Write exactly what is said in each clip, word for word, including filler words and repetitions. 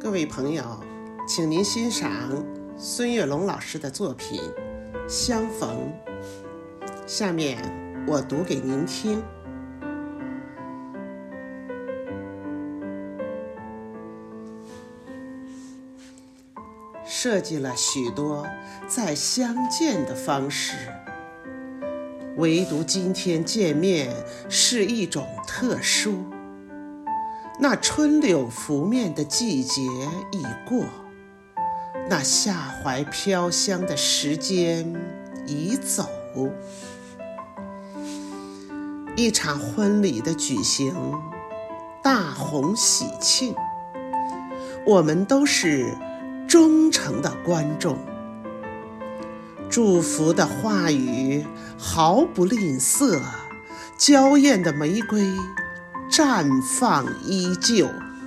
各位朋友，请您欣赏孙月龙老师的作品《相逢》。下面我读给您听。设计了许多再相见的方式，唯独今天见面是一种特殊。那春柳拂面的季节已过，那夏槐飘香的时间已走。一场婚礼的举行，大红喜庆，我们都是忠诚的观众，祝福的话语毫不吝啬，娇艳的玫瑰绽放依旧。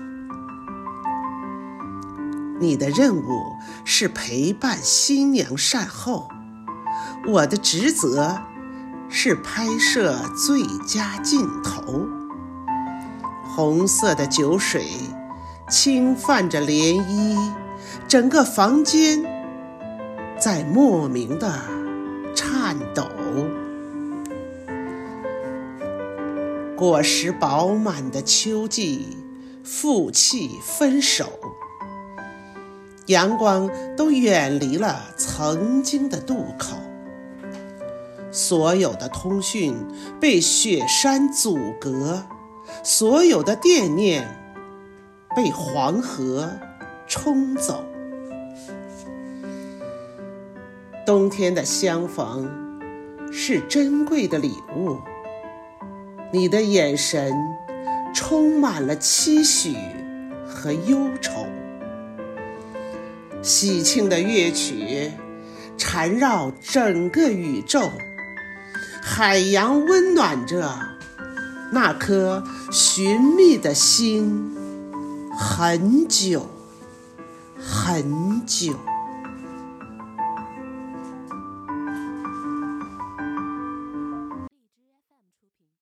你的任务是陪伴新娘善后，我的职责是拍摄最佳镜头。红色的酒水轻泛着涟漪，整个房间在莫名的颤抖。果实饱满的秋季，负气分手，阳光都远离了曾经的渡口，所有的通讯被雪山阻隔，所有的惦念被黄河冲走。冬天的相逢是珍贵的礼物，你的眼神充满了期许和忧愁。喜庆的乐曲缠绕整个宇宙，海洋温暖着那颗寻觅的心，很久很久。